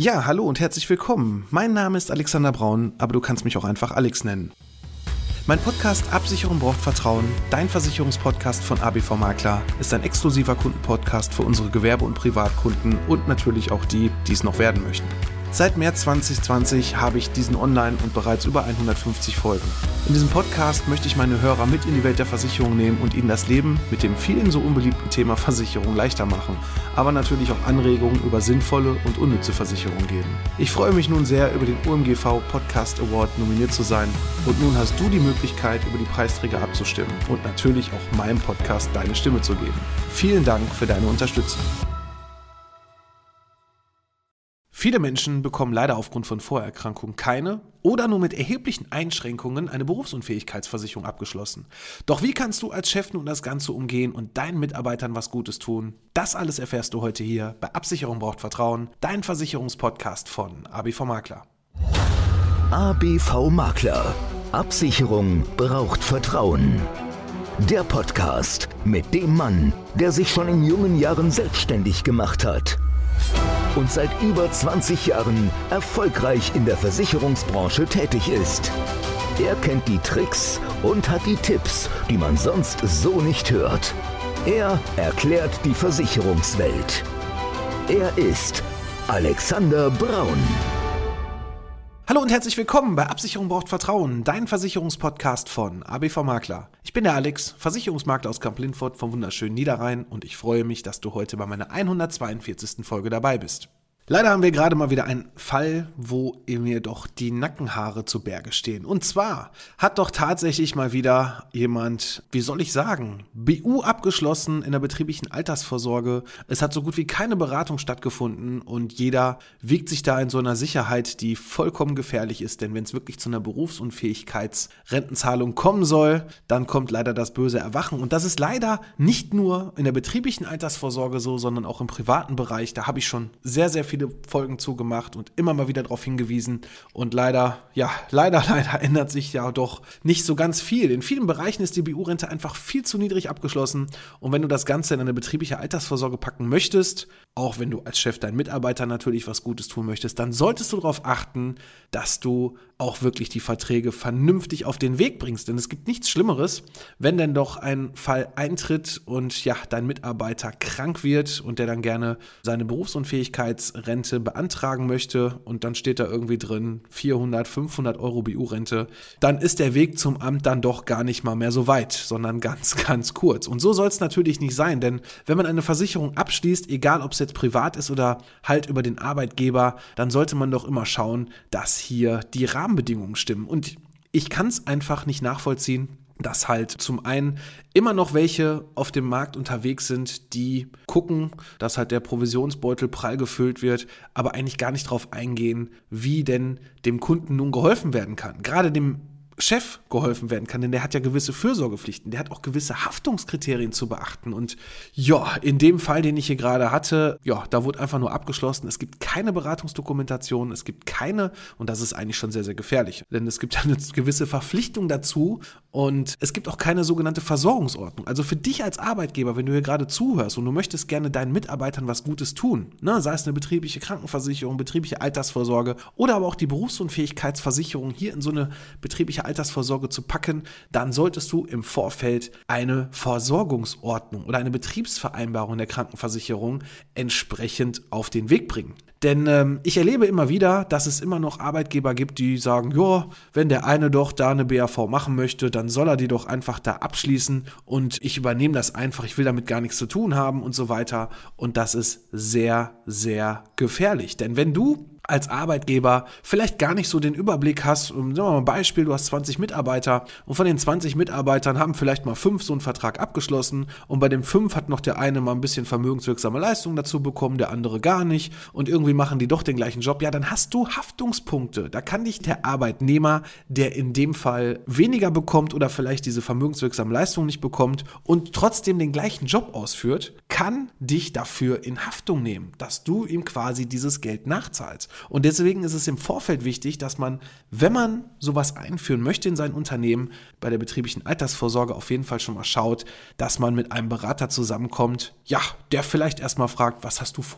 Ja, hallo und herzlich willkommen. Mein Name ist Alexander Braun, aber du kannst mich auch einfach Alex nennen. Mein Podcast Absicherung braucht Vertrauen, dein Versicherungspodcast von ABV Makler, ist ein exklusiver Kundenpodcast für unsere Gewerbe- und Privatkunden und natürlich auch die, die es noch werden möchten. Seit März 2020 habe ich diesen online und bereits über 150 Folgen. In diesem Podcast möchte ich meine Hörer mit in die Welt der Versicherung nehmen und ihnen das Leben mit dem vielen so unbeliebten Thema Versicherung leichter machen, aber natürlich auch Anregungen über sinnvolle und unnütze Versicherung geben. Ich freue mich nun sehr, über den OMGV Podcast Award nominiert zu sein und nun hast du die Möglichkeit, über die Preisträger abzustimmen und natürlich auch meinem Podcast deine Stimme zu geben. Vielen Dank für deine Unterstützung. Viele Menschen bekommen leider aufgrund von Vorerkrankungen keine oder nur mit erheblichen Einschränkungen eine Berufsunfähigkeitsversicherung abgeschlossen. Doch wie kannst du als Chef nun das Ganze umgehen und deinen Mitarbeitern was Gutes tun? Das alles erfährst du heute hier bei Absicherung braucht Vertrauen, dein Versicherungspodcast von ABV Makler. ABV Makler. Absicherung braucht Vertrauen. Der Podcast mit dem Mann, der sich schon in jungen Jahren selbstständig gemacht hat und seit über 20 Jahren erfolgreich in der Versicherungsbranche tätig ist. Er kennt die Tricks und hat die Tipps, die man sonst so nicht hört. Er erklärt die Versicherungswelt. Er ist Alexander Braun. Hallo und herzlich willkommen bei Absicherung braucht Vertrauen, dein Versicherungspodcast von ABV Makler. Ich bin der Alex, Versicherungsmakler aus Kamp-Lindfort vom wunderschönen Niederrhein und ich freue mich, dass du heute bei meiner 142. Folge dabei bist. Leider haben wir gerade mal wieder einen Fall, wo mir doch die Nackenhaare zu Berge stehen. Und zwar hat doch tatsächlich mal wieder jemand, wie soll ich sagen, BU abgeschlossen in der betrieblichen Altersvorsorge. Es hat so gut wie keine Beratung stattgefunden und jeder wiegt sich da in so einer Sicherheit, die vollkommen gefährlich ist. Denn wenn es wirklich zu einer Berufsunfähigkeitsrentenzahlung kommen soll, dann kommt leider das böse Erwachen. Und das ist leider nicht nur in der betrieblichen Altersvorsorge so, sondern auch im privaten Bereich. Da habe ich schon sehr, sehr viele Folgen zugemacht und immer mal wieder darauf hingewiesen und leider ändert sich ja doch nicht so ganz viel. In vielen Bereichen ist die BU-Rente einfach viel zu niedrig abgeschlossen und wenn du das Ganze in eine betriebliche Altersvorsorge packen möchtest, auch wenn du als Chef deinen Mitarbeitern natürlich was Gutes tun möchtest, dann solltest du darauf achten, dass du auch wirklich die Verträge vernünftig auf den Weg bringst, denn es gibt nichts Schlimmeres, wenn denn doch ein Fall eintritt und ja, dein Mitarbeiter krank wird und der dann gerne seine Berufsunfähigkeitsrente beantragen möchte und dann steht da irgendwie drin 400, 500 Euro BU-Rente, dann ist der Weg zum Amt dann doch gar nicht mal mehr so weit, sondern ganz, ganz kurz. Und so soll es natürlich nicht sein, denn wenn man eine Versicherung abschließt, egal ob es jetzt privat ist oder halt über den Arbeitgeber, dann sollte man doch immer schauen, dass hier die Rahmenbedingungen stimmen. Und ich kann es einfach nicht nachvollziehen, dass halt zum einen immer noch welche auf dem Markt unterwegs sind, die gucken, dass halt der Provisionsbeutel prall gefüllt wird, aber eigentlich gar nicht drauf eingehen, wie denn dem Kunden nun geholfen werden kann. Gerade dem Chef geholfen werden kann, denn der hat ja gewisse Fürsorgepflichten, der hat auch gewisse Haftungskriterien zu beachten und ja, in dem Fall, den ich hier gerade hatte, ja, da wurde einfach nur abgeschlossen, es gibt keine Beratungsdokumentation, es gibt keine, und das ist eigentlich schon sehr, sehr gefährlich, denn es gibt eine gewisse Verpflichtung dazu und es gibt auch keine sogenannte Versorgungsordnung. Also für dich als Arbeitgeber, wenn du hier gerade zuhörst und du möchtest gerne deinen Mitarbeitern was Gutes tun, ne, sei es eine betriebliche Krankenversicherung, betriebliche Altersvorsorge oder aber auch die Berufsunfähigkeitsversicherung hier in so eine betriebliche Altersvorsorge zu packen, dann solltest du im Vorfeld eine Versorgungsordnung oder eine Betriebsvereinbarung der Krankenversicherung entsprechend auf den Weg bringen. Denn ich erlebe immer wieder, dass es immer noch Arbeitgeber gibt, die sagen, ja, wenn der eine doch da eine BAV machen möchte, dann soll er die doch einfach da abschließen und ich übernehme das einfach, ich will damit gar nichts zu tun haben und so weiter. Und das ist sehr, sehr gefährlich. Denn wenn du als Arbeitgeber vielleicht gar nicht so den Überblick hast, sagen wir mal ein Beispiel, du hast 20 Mitarbeiter und von den 20 Mitarbeitern haben vielleicht mal 5 so einen Vertrag abgeschlossen und bei den 5 hat noch der eine mal ein bisschen vermögenswirksame Leistung dazu bekommen, der andere gar nicht und irgendwie machen die doch den gleichen Job, ja, dann hast du Haftungspunkte. Da kann dich der Arbeitnehmer, der in dem Fall weniger bekommt oder vielleicht diese vermögenswirksame Leistung nicht bekommt und trotzdem den gleichen Job ausführt, kann dich dafür in Haftung nehmen, dass du ihm quasi dieses Geld nachzahlst. Und deswegen ist es im Vorfeld wichtig, dass man, wenn man sowas einführen möchte in sein Unternehmen, bei der betrieblichen Altersvorsorge auf jeden Fall schon mal schaut, dass man mit einem Berater zusammenkommt, ja, der vielleicht erstmal fragt, was hast du vor?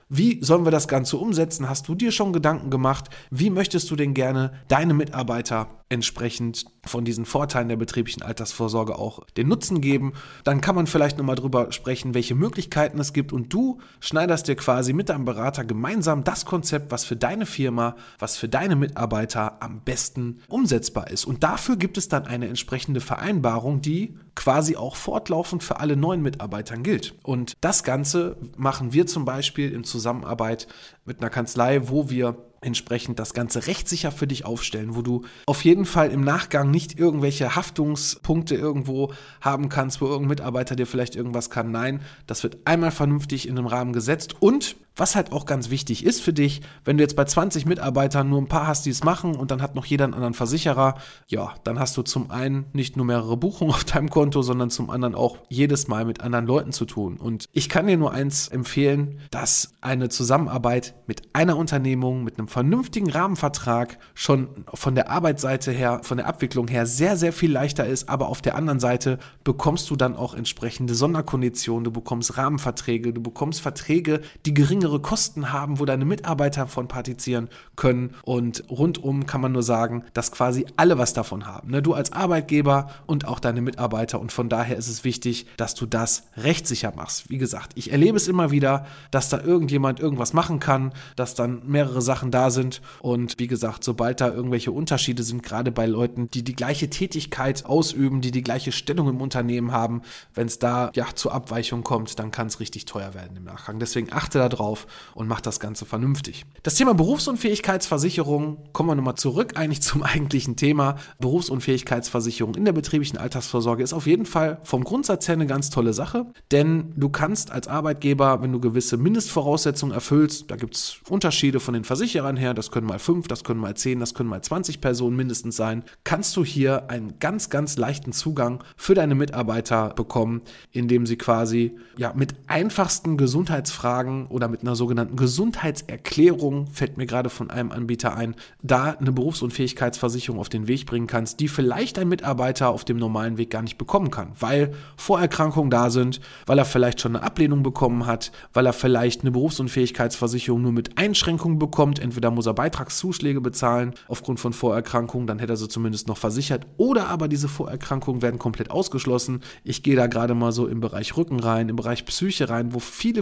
Wie sollen wir das Ganze umsetzen? Hast du dir schon Gedanken gemacht? Wie möchtest du denn gerne deine Mitarbeiter entsprechend von diesen Vorteilen der betrieblichen Altersvorsorge auch den Nutzen geben? Dann kann man vielleicht nochmal drüber sprechen, welche Möglichkeiten es gibt, und du schneiderst dir quasi mit deinem Berater gemeinsam das Konzept, was für deine Firma, was für deine Mitarbeiter am besten umsetzbar ist. Und dafür gibt es dann eine entsprechende Vereinbarung, die quasi auch fortlaufend für alle neuen Mitarbeitern gilt. Und das Ganze machen wir zum Beispiel in Zusammenarbeit mit einer Kanzlei, wo wir entsprechend das Ganze rechtssicher für dich aufstellen, wo du auf jeden Fall im Nachgang nicht irgendwelche Haftungspunkte irgendwo haben kannst, wo irgendein Mitarbeiter dir vielleicht irgendwas kann. Nein, das wird einmal vernünftig in einem Rahmen gesetzt. Und was halt auch ganz wichtig ist für dich, wenn du jetzt bei 20 Mitarbeitern nur ein paar hast, die es machen, und dann hat noch jeder einen anderen Versicherer, ja, dann hast du zum einen nicht nur mehrere Buchungen auf deinem Konto, sondern zum anderen auch jedes Mal mit anderen Leuten zu tun. Und ich kann dir nur eins empfehlen, dass eine Zusammenarbeit mit einer Unternehmung, mit einem vernünftigen Rahmenvertrag schon von der Arbeitsseite her, von der Abwicklung her sehr, sehr viel leichter ist, aber auf der anderen Seite bekommst du dann auch entsprechende Sonderkonditionen, du bekommst Rahmenverträge, du bekommst Verträge, die geringere Kosten haben, wo deine Mitarbeiter von partizipieren können, und rundum kann man nur sagen, dass quasi alle was davon haben, ne? Du als Arbeitgeber und auch deine Mitarbeiter, und von daher ist es wichtig, dass du das rechtssicher machst. Wie gesagt, ich erlebe es immer wieder, dass da irgendjemand irgendwas machen kann, dass dann mehrere Sachen da sind, und wie gesagt, sobald da irgendwelche Unterschiede sind, gerade bei Leuten, die die gleiche Tätigkeit ausüben, die die gleiche Stellung im Unternehmen haben, wenn es da ja zu Abweichungen kommt, dann kann es richtig teuer werden im Nachgang. Deswegen achte da drauf und mach das Ganze vernünftig. Das Thema Berufsunfähigkeitsversicherung, kommen wir nochmal zurück eigentlich zum eigentlichen Thema. Berufsunfähigkeitsversicherung in der betrieblichen Altersvorsorge ist auf jeden Fall vom Grundsatz her eine ganz tolle Sache, denn du kannst als Arbeitgeber, wenn du gewisse Mindestvoraussetzungen erfüllst, da gibt es Unterschiede von den Versicherern her, das können mal 5, das können mal 10, das können mal 20 Personen mindestens sein, kannst du hier einen ganz, ganz leichten Zugang für deine Mitarbeiter bekommen, indem sie quasi ja mit einfachsten Gesundheitsfragen oder mit einer sogenannten Gesundheitserklärung, fällt mir gerade von einem Anbieter ein, da eine Berufsunfähigkeitsversicherung auf den Weg bringen kannst, die vielleicht ein Mitarbeiter auf dem normalen Weg gar nicht bekommen kann, weil Vorerkrankungen da sind, weil er vielleicht schon eine Ablehnung bekommen hat, weil er vielleicht eine Berufsunfähigkeitsversicherung nur mit Einschränkungen bekommt. Entweder muss er Beitragszuschläge bezahlen aufgrund von Vorerkrankungen, dann hätte er sie zumindest noch versichert, oder aber diese Vorerkrankungen werden komplett ausgeschlossen. Ich gehe da gerade mal so im Bereich Rücken rein, im Bereich Psyche rein, wo viele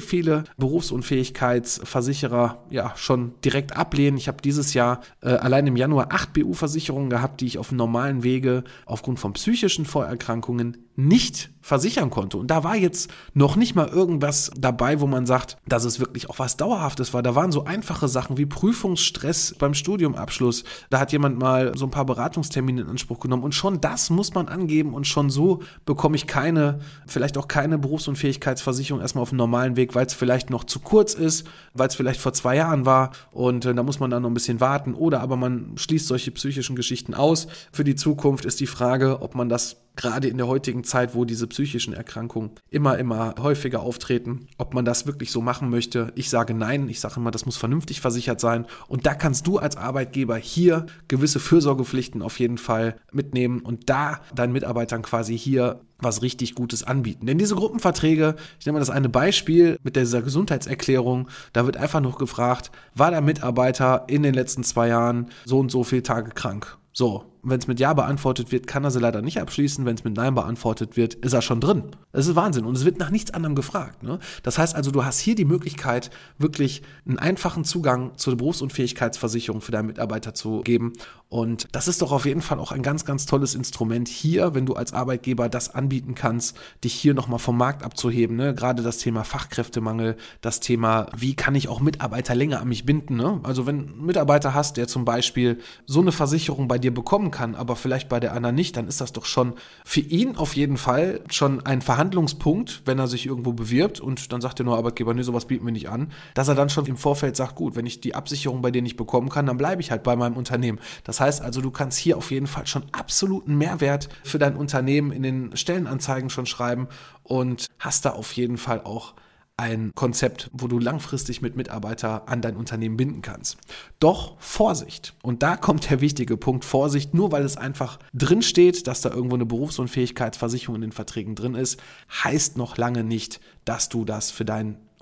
Berufsunfähigkeitsversicherer ja schon direkt ablehnen. Ich habe dieses Jahr allein im Januar 8 BU-Versicherungen gehabt, die ich auf dem normalen Wege aufgrund von psychischen Vorerkrankungen nicht versichern konnte. Und da war jetzt noch nicht mal irgendwas dabei, wo man sagt, dass es wirklich auch was Dauerhaftes war. Da waren so einfache Sachen wie Prüfungsstress beim Studiumabschluss. Da hat jemand mal so ein paar Beratungstermine in Anspruch genommen, und schon das muss man angeben, und schon so bekomme ich vielleicht auch keine Berufsunfähigkeitsversicherung erstmal auf dem normalen Weg, weil es vielleicht noch zu kurz ist, weil es vielleicht vor 2 Jahren war, und da muss man dann noch ein bisschen warten, oder aber man schließt solche psychischen Geschichten aus. Für die Zukunft ist die Frage, ob man das gerade in der heutigen Zeit, wo diese psychischen Erkrankungen immer häufiger auftreten, ob man das wirklich so machen möchte. Ich sage nein, ich sage immer, das muss vernünftig versichert sein, und da kannst du als Arbeitgeber hier gewisse Fürsorgepflichten auf jeden Fall mitnehmen und da deinen Mitarbeitern quasi hier was richtig Gutes anbieten. Denn diese Gruppenverträge, ich nehme mal das eine Beispiel mit dieser Gesundheitserklärung, da wird einfach noch gefragt, war der Mitarbeiter in den letzten 2 Jahren so und so viele Tage krank? So, wenn es mit Ja beantwortet wird, kann er sie leider nicht abschließen. Wenn es mit Nein beantwortet wird, ist er schon drin. Das ist Wahnsinn, und es wird nach nichts anderem gefragt, ne? Das heißt also, du hast hier die Möglichkeit, wirklich einen einfachen Zugang zur Berufsunfähigkeitsversicherung für deinen Mitarbeiter zu geben, und das ist doch auf jeden Fall auch ein ganz, ganz tolles Instrument hier, wenn du als Arbeitgeber das anbieten kannst, dich hier nochmal vom Markt abzuheben, ne? Gerade das Thema Fachkräftemangel, das Thema, wie kann ich auch Mitarbeiter länger an mich binden, ne? Also wenn du einen Mitarbeiter hast, der zum Beispiel so eine Versicherung bei dir bekommen kann, aber vielleicht bei der anderen nicht, dann ist das doch schon für ihn auf jeden Fall schon ein Verhandlungspunkt, wenn er sich irgendwo bewirbt und dann sagt der neue Arbeitgeber, nee, sowas bieten wir nicht an, dass er dann schon im Vorfeld sagt, gut, wenn ich die Absicherung bei dir nicht bekommen kann, dann bleibe ich halt bei meinem Unternehmen. Das heißt also, du kannst hier auf jeden Fall schon absoluten Mehrwert für dein Unternehmen in den Stellenanzeigen schon schreiben und hast da auf jeden Fall auch ein Konzept, wo du langfristig mit Mitarbeiter an dein Unternehmen binden kannst. Doch Vorsicht, und da kommt der wichtige Punkt, Vorsicht, nur weil es einfach drin steht, dass da irgendwo eine Berufsunfähigkeitsversicherung in den Verträgen drin ist, heißt noch lange nicht, dass du das für dein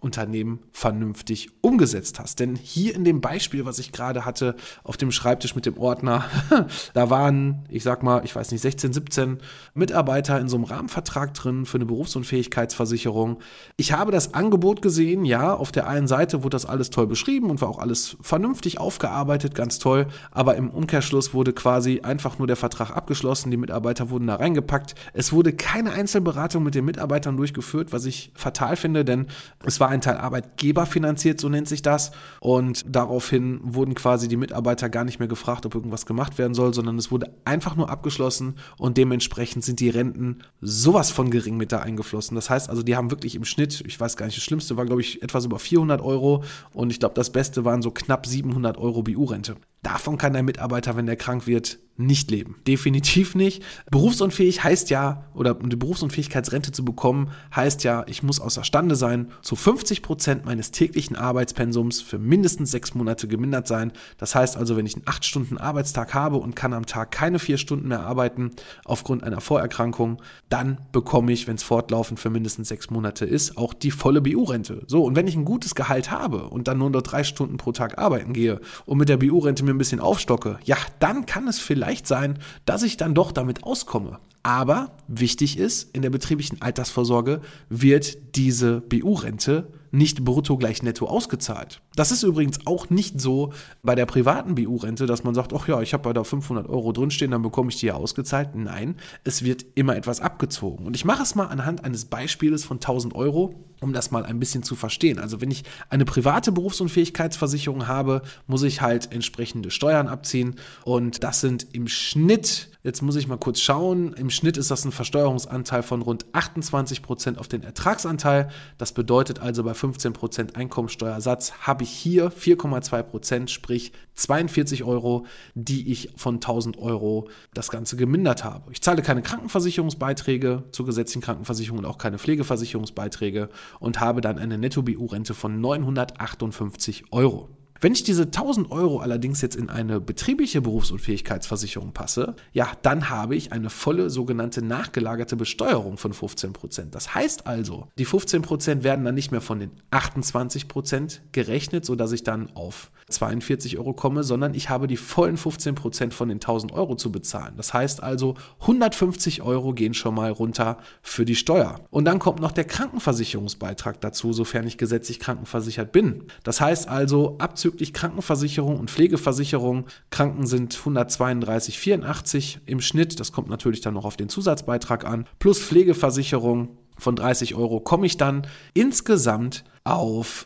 Unternehmen vernünftig umgesetzt hast. Denn hier in dem Beispiel, was ich gerade hatte, auf dem Schreibtisch mit dem Ordner, da waren, ich sag mal, ich weiß nicht, 16, 17 Mitarbeiter in so einem Rahmenvertrag drin für eine Berufsunfähigkeitsversicherung. Ich habe das Angebot gesehen, ja, auf der einen Seite wurde das alles toll beschrieben und war auch alles vernünftig aufgearbeitet, ganz toll, aber im Umkehrschluss wurde quasi einfach nur der Vertrag abgeschlossen, die Mitarbeiter wurden da reingepackt. Es wurde keine Einzelberatung mit den Mitarbeitern durchgeführt, was ich fatal finde, denn es war ein Teil Arbeitgeber finanziert, so nennt sich das, und daraufhin wurden quasi die Mitarbeiter gar nicht mehr gefragt, ob irgendwas gemacht werden soll, sondern es wurde einfach nur abgeschlossen und dementsprechend sind die Renten sowas von gering mit da eingeflossen. Das heißt also, die haben wirklich im Schnitt, ich weiß gar nicht, das Schlimmste war, glaube ich, etwas über 400 Euro und ich glaube, das Beste waren so knapp 700 Euro BU-Rente. Davon kann der Mitarbeiter, wenn der krank wird, nicht leben. Definitiv nicht. Berufsunfähig heißt ja, oder eine Berufsunfähigkeitsrente zu bekommen, heißt ja, ich muss außerstande sein, zu 50% meines täglichen Arbeitspensums für mindestens 6 Monate gemindert sein. Das heißt also, wenn ich einen 8-Stunden-Arbeitstag habe und kann am Tag keine 4 Stunden mehr arbeiten aufgrund einer Vorerkrankung, dann bekomme ich, wenn es fortlaufend für mindestens 6 Monate ist, auch die volle BU-Rente. So, und wenn ich ein gutes Gehalt habe und dann nur noch 3 Stunden pro Tag arbeiten gehe und mit der BU-Rente mir ein bisschen aufstocke, ja, dann kann es vielleicht sein, dass ich dann doch damit auskomme. Aber wichtig ist, in der betrieblichen Altersvorsorge wird diese BU-Rente nicht brutto gleich netto ausgezahlt. Das ist übrigens auch nicht so bei der privaten BU-Rente, dass man sagt, ach ja, ich habe bei da 500 Euro drinstehen, dann bekomme ich die ja ausgezahlt. Nein, es wird immer etwas abgezogen. Und ich mache es mal anhand eines Beispiels von 1000 Euro, um das mal ein bisschen zu verstehen. Also wenn ich eine private Berufsunfähigkeitsversicherung habe, muss ich halt entsprechende Steuern abziehen. Und das sind im Schnitt, jetzt muss ich mal kurz schauen, im Schnitt ist das ein Versteuerungsanteil von rund 28% auf den Ertragsanteil. Das bedeutet also, bei 15% Einkommensteuersatz habe ich hier 4,2%, sprich 42 Euro, die ich von 1000 Euro das Ganze gemindert habe. Ich zahle keine Krankenversicherungsbeiträge zur gesetzlichen Krankenversicherung und auch keine Pflegeversicherungsbeiträge und habe dann eine Netto-BU-Rente von 958 Euro. Wenn ich diese 1000 Euro allerdings jetzt in eine betriebliche Berufsunfähigkeitsversicherung passe, ja, dann habe ich eine volle sogenannte nachgelagerte Besteuerung von 15%. Das heißt also, die 15% werden dann nicht mehr von den 28% gerechnet, sodass ich dann auf 42 Euro komme, sondern ich habe die vollen 15% von den 1000 Euro zu bezahlen. Das heißt also, 150 Euro gehen schon mal runter für die Steuer. Und dann kommt noch der Krankenversicherungsbeitrag dazu, sofern ich gesetzlich krankenversichert bin. Das heißt also, abzüglich Krankenversicherung und Pflegeversicherung, Kranken sind 132,84 im Schnitt, das kommt natürlich dann noch auf den Zusatzbeitrag an, plus Pflegeversicherung von 30 Euro komme ich dann insgesamt auf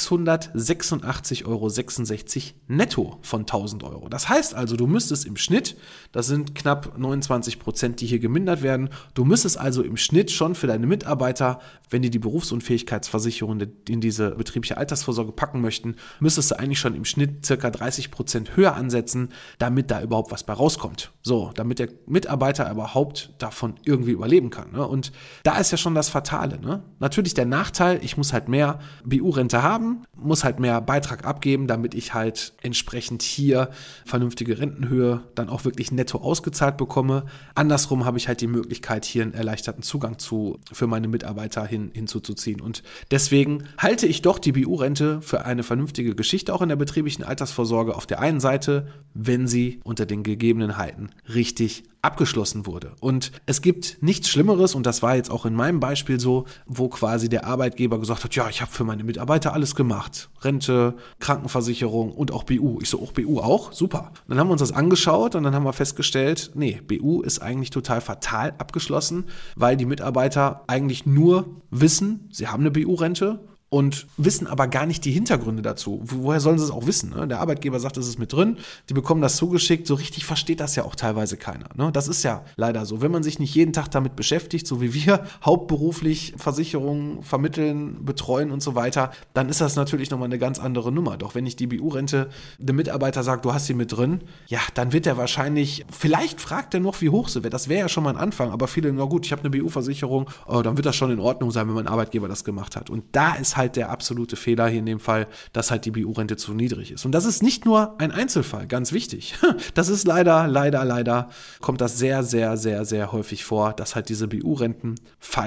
686,66 Euro netto von 1000 Euro. Das heißt also, du müsstest im Schnitt, das sind knapp 29%, die hier gemindert werden, du müsstest also im Schnitt schon für deine Mitarbeiter, wenn die die Berufsunfähigkeitsversicherung in diese betriebliche Altersvorsorge packen möchten, müsstest du eigentlich schon im Schnitt ca. 30% höher ansetzen, damit da überhaupt was bei rauskommt. So, damit der Mitarbeiter überhaupt davon irgendwie überleben kann. Ne? Und da ist ja schon das Fatale. Ne? Natürlich der Nachteil, ich muss halt mehr BU-Rente haben, muss halt mehr Beitrag abgeben, damit ich halt entsprechend hier vernünftige Rentenhöhe dann auch wirklich netto ausgezahlt bekomme. Andersrum habe ich halt die Möglichkeit, hier einen erleichterten Zugang für meine Mitarbeiter hinzuzuziehen. Und deswegen halte ich doch die BU-Rente für eine vernünftige Geschichte, auch in der betrieblichen Altersvorsorge auf der einen Seite, wenn sie unter den Gegebenheiten richtig abgeschlossen wurde. Und es gibt nichts Schlimmeres, und das war jetzt auch in meinem Beispiel so, wo quasi der Arbeitgeber gesagt hat, ja, ich habe für meine Mitarbeiter alles gemacht. Rente, Krankenversicherung und auch BU. Ich so, auch BU auch? Super. Und dann haben wir uns das angeschaut und dann haben wir festgestellt, nee, BU ist eigentlich total fatal abgeschlossen, weil die Mitarbeiter eigentlich nur wissen, sie haben eine BU-Rente und wissen aber gar nicht die Hintergründe dazu. Woher sollen sie es auch wissen? Ne? Der Arbeitgeber sagt, es ist mit drin, die bekommen das zugeschickt, so richtig versteht das ja auch teilweise keiner. Ne? Das ist ja leider so. Wenn man sich nicht jeden Tag damit beschäftigt, so wie wir, hauptberuflich Versicherungen vermitteln, betreuen und so weiter, dann ist das natürlich nochmal eine ganz andere Nummer. Doch wenn ich die BU-Rente dem Mitarbeiter sage, du hast sie mit drin, ja, dann wird er wahrscheinlich, vielleicht fragt er noch, wie hoch sie wird. Das wäre ja schon mal ein Anfang, aber viele, na gut, ich habe eine BU-Versicherung, dann wird das schon in Ordnung sein, wenn mein Arbeitgeber das gemacht hat. Und da ist halt der absolute Fehler hier in dem Fall, dass halt die BU-Rente zu niedrig ist. Und das ist nicht nur ein Einzelfall, ganz wichtig. Das ist leider, kommt das sehr, sehr, sehr, sehr häufig vor, dass halt diese BU-Renten falsch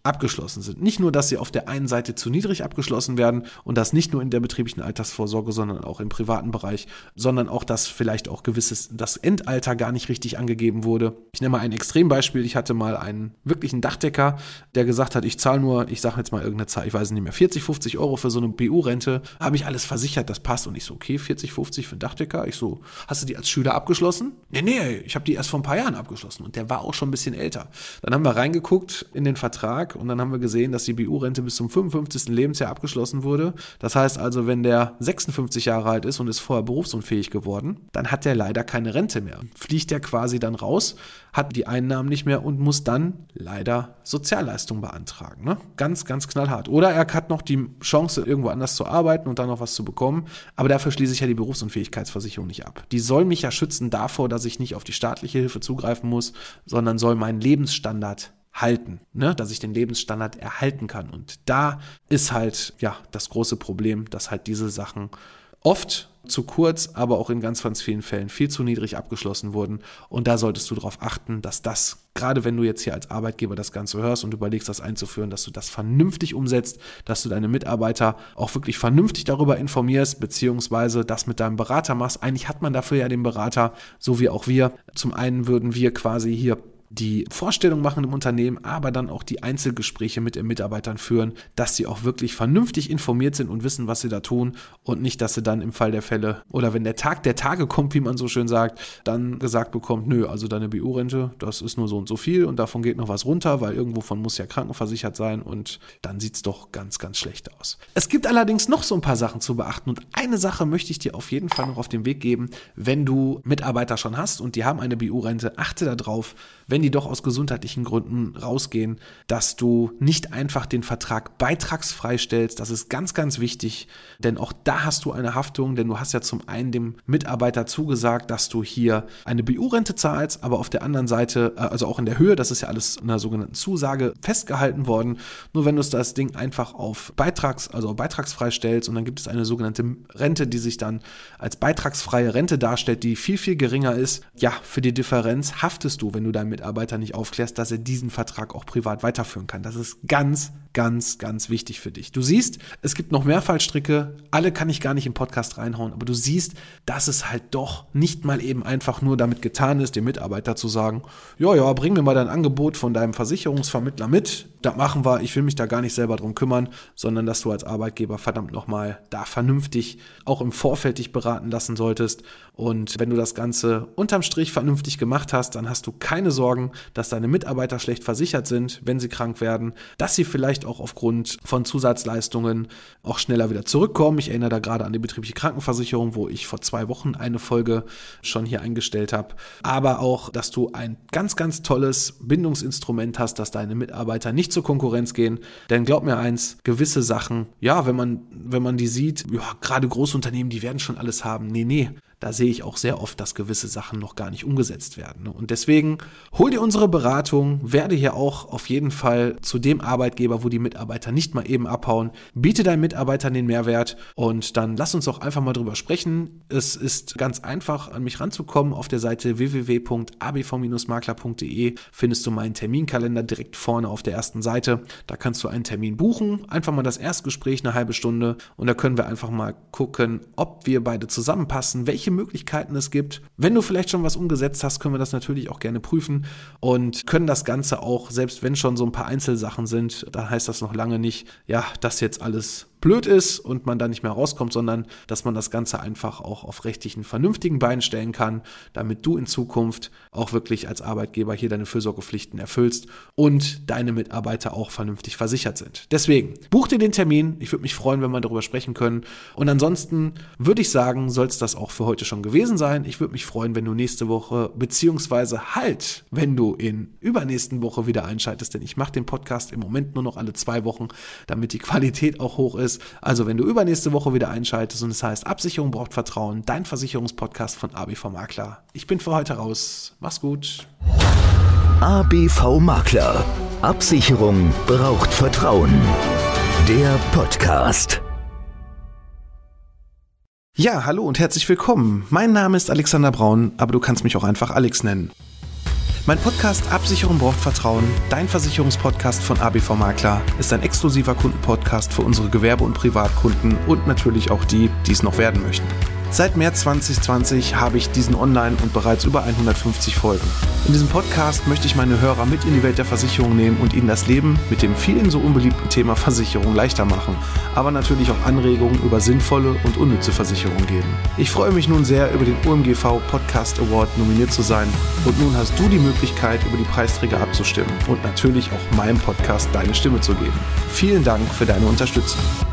abgeschlossen sind. Nicht nur, dass sie auf der einen Seite zu niedrig abgeschlossen werden und das nicht nur in der betrieblichen Altersvorsorge, sondern auch im privaten Bereich, sondern auch, dass vielleicht auch das Endalter gar nicht richtig angegeben wurde. Ich nenne mal ein Extrembeispiel. Ich hatte mal einen wirklichen Dachdecker, der gesagt hat, ich zahle nur, ich sage jetzt mal irgendeine Zahl, ich weiß nicht mehr, 40, 50 Euro für so eine BU-Rente. Habe ich alles versichert, das passt. Und ich so, okay, 40, 50 für einen Dachdecker. Ich so, hast du die als Schüler abgeschlossen? Nee, ich habe die erst vor ein paar Jahren abgeschlossen. Und der war auch schon ein bisschen älter. Dann haben wir reingeguckt in den Vertrag und dann haben wir gesehen, dass die BU-Rente bis zum 55. Lebensjahr abgeschlossen wurde. Das heißt also, wenn der 56 Jahre alt ist und ist vorher berufsunfähig geworden, dann hat der leider keine Rente mehr. Fliegt der quasi dann raus, hat die Einnahmen nicht mehr und muss dann leider Sozialleistungen beantragen. Ne? Ganz, ganz knallhart. Oder er hat noch die Chance, irgendwo anders zu arbeiten und dann noch was zu bekommen. Aber dafür schließe ich ja die Berufsunfähigkeitsversicherung nicht ab. Die soll mich ja schützen davor, dass ich nicht auf die staatliche Hilfe zugreifen muss, sondern soll meinen Lebensstandard halten, ne? Dass ich den Lebensstandard erhalten kann. Und da ist halt ja das große Problem, dass halt diese Sachen oft zu kurz, aber auch in ganz, ganz vielen Fällen viel zu niedrig abgeschlossen wurden. Und da solltest du darauf achten, dass das, gerade wenn du jetzt hier als Arbeitgeber das Ganze hörst und überlegst, das einzuführen, dass du das vernünftig umsetzt, dass du deine Mitarbeiter auch wirklich vernünftig darüber informierst, beziehungsweise das mit deinem Berater machst. Eigentlich hat man dafür ja den Berater, so wie auch wir. Zum einen würden wir quasi hier die Vorstellung machen im Unternehmen, aber dann auch die Einzelgespräche mit den Mitarbeitern führen, dass sie auch wirklich vernünftig informiert sind und wissen, was sie da tun und nicht, dass sie dann im Fall der Fälle oder wenn der Tag der Tage kommt, wie man so schön sagt, dann gesagt bekommt, nö, also deine BU-Rente, das ist nur so und so viel und davon geht noch was runter, weil irgendwovon muss ja krankenversichert sein und dann sieht es doch ganz, ganz schlecht aus. Es gibt allerdings noch so ein paar Sachen zu beachten und eine Sache möchte ich dir auf jeden Fall noch auf den Weg geben, wenn du Mitarbeiter schon hast und die haben eine BU-Rente, achte darauf, wenn die doch aus gesundheitlichen Gründen rausgehen, dass du nicht einfach den Vertrag beitragsfrei stellst. Das ist ganz, ganz wichtig, denn auch da hast du eine Haftung, denn du hast ja zum einen dem Mitarbeiter zugesagt, dass du hier eine BU-Rente zahlst, aber auf der anderen Seite, also auch in der Höhe, das ist ja alles in einer sogenannten Zusage festgehalten worden. Nur wenn du das Ding einfach auf beitragsfrei stellst und dann gibt es eine sogenannte Rente, die sich dann als beitragsfreie Rente darstellt, die viel, viel geringer ist, ja, für die Differenz haftest du, wenn du deinen Mitarbeiter nicht aufklärst, dass er diesen Vertrag auch privat weiterführen kann. Das ist ganz, ganz, ganz wichtig für dich. Du siehst, es gibt noch mehr Fallstricke, alle kann ich gar nicht im Podcast reinhauen, aber du siehst, dass es halt doch nicht mal eben einfach nur damit getan ist, dem Mitarbeiter zu sagen, ja, bring mir mal dein Angebot von deinem Versicherungsvermittler mit, das machen wir, ich will mich da gar nicht selber drum kümmern, sondern dass du als Arbeitgeber verdammt nochmal da vernünftig auch im Vorfeld dich beraten lassen solltest und wenn du das Ganze unterm Strich vernünftig gemacht hast, dann hast du keine Sorgen, dass deine Mitarbeiter schlecht versichert sind, wenn sie krank werden, dass sie vielleicht auch aufgrund von Zusatzleistungen auch schneller wieder zurückkommen. Ich erinnere da gerade an die betriebliche Krankenversicherung, wo ich vor 2 Wochen eine Folge schon hier eingestellt habe. Aber auch, dass du ein ganz, ganz tolles Bindungsinstrument hast, dass deine Mitarbeiter nicht zur Konkurrenz gehen. Denn glaub mir eins, gewisse Sachen, ja, wenn man die sieht, ja, gerade Großunternehmen, die werden schon alles haben. Nee. Da sehe ich auch sehr oft, dass gewisse Sachen noch gar nicht umgesetzt werden. Und deswegen hol dir unsere Beratung, werde hier auch auf jeden Fall zu dem Arbeitgeber, wo die Mitarbeiter nicht mal eben abhauen. Biete deinen Mitarbeitern den Mehrwert und dann lass uns auch einfach mal drüber sprechen. Es ist ganz einfach, an mich ranzukommen. Auf der Seite www.abv-makler.de findest du meinen Terminkalender direkt vorne auf der ersten Seite. Da kannst du einen Termin buchen, einfach mal das Erstgespräch, eine halbe Stunde und da können wir einfach mal gucken, ob wir beide zusammenpassen, welche Möglichkeiten es gibt. Wenn du vielleicht schon was umgesetzt hast, können wir das natürlich auch gerne prüfen und können das Ganze auch, selbst wenn schon so ein paar Einzelsachen sind, dann heißt das noch lange nicht, ja, dass jetzt alles blöd ist und man da nicht mehr rauskommt, sondern dass man das Ganze einfach auch auf rechtlichen, vernünftigen Beinen stellen kann, damit du in Zukunft auch wirklich als Arbeitgeber hier deine Fürsorgepflichten erfüllst und deine Mitarbeiter auch vernünftig versichert sind. Deswegen, buch dir den Termin. Ich würde mich freuen, wenn wir darüber sprechen können. Und ansonsten würde ich sagen, soll es das auch für heute schon gewesen sein. Ich würde mich freuen, wenn du nächste Woche, beziehungsweise halt, wenn du in übernächsten Woche wieder einschaltest, denn ich mache den Podcast im Moment nur noch alle 2 Wochen, damit die Qualität auch hoch ist. Also wenn du übernächste Woche wieder einschaltest und es heißt Absicherung braucht Vertrauen, dein Versicherungspodcast von ABV Makler. Ich bin für heute raus. Mach's gut. ABV Makler. Absicherung braucht Vertrauen. Der Podcast. Ja, hallo und herzlich willkommen. Mein Name ist Alexander Braun, aber du kannst mich auch einfach Alex nennen. Mein Podcast Absicherung braucht Vertrauen, dein Versicherungspodcast von ABV Makler, ist ein exklusiver Kundenpodcast für unsere Gewerbe- und Privatkunden und natürlich auch die, die es noch werden möchten. Seit März 2020 habe ich diesen online und bereits über 150 Folgen. In diesem Podcast möchte ich meine Hörer mit in die Welt der Versicherung nehmen und ihnen das Leben mit dem vielen so unbeliebten Thema Versicherung leichter machen, aber natürlich auch Anregungen über sinnvolle und unnütze Versicherungen geben. Ich freue mich nun sehr, über den OMGV Podcast Award nominiert zu sein und nun hast du die Möglichkeit, über die Preisträger abzustimmen und natürlich auch meinem Podcast deine Stimme zu geben. Vielen Dank für deine Unterstützung.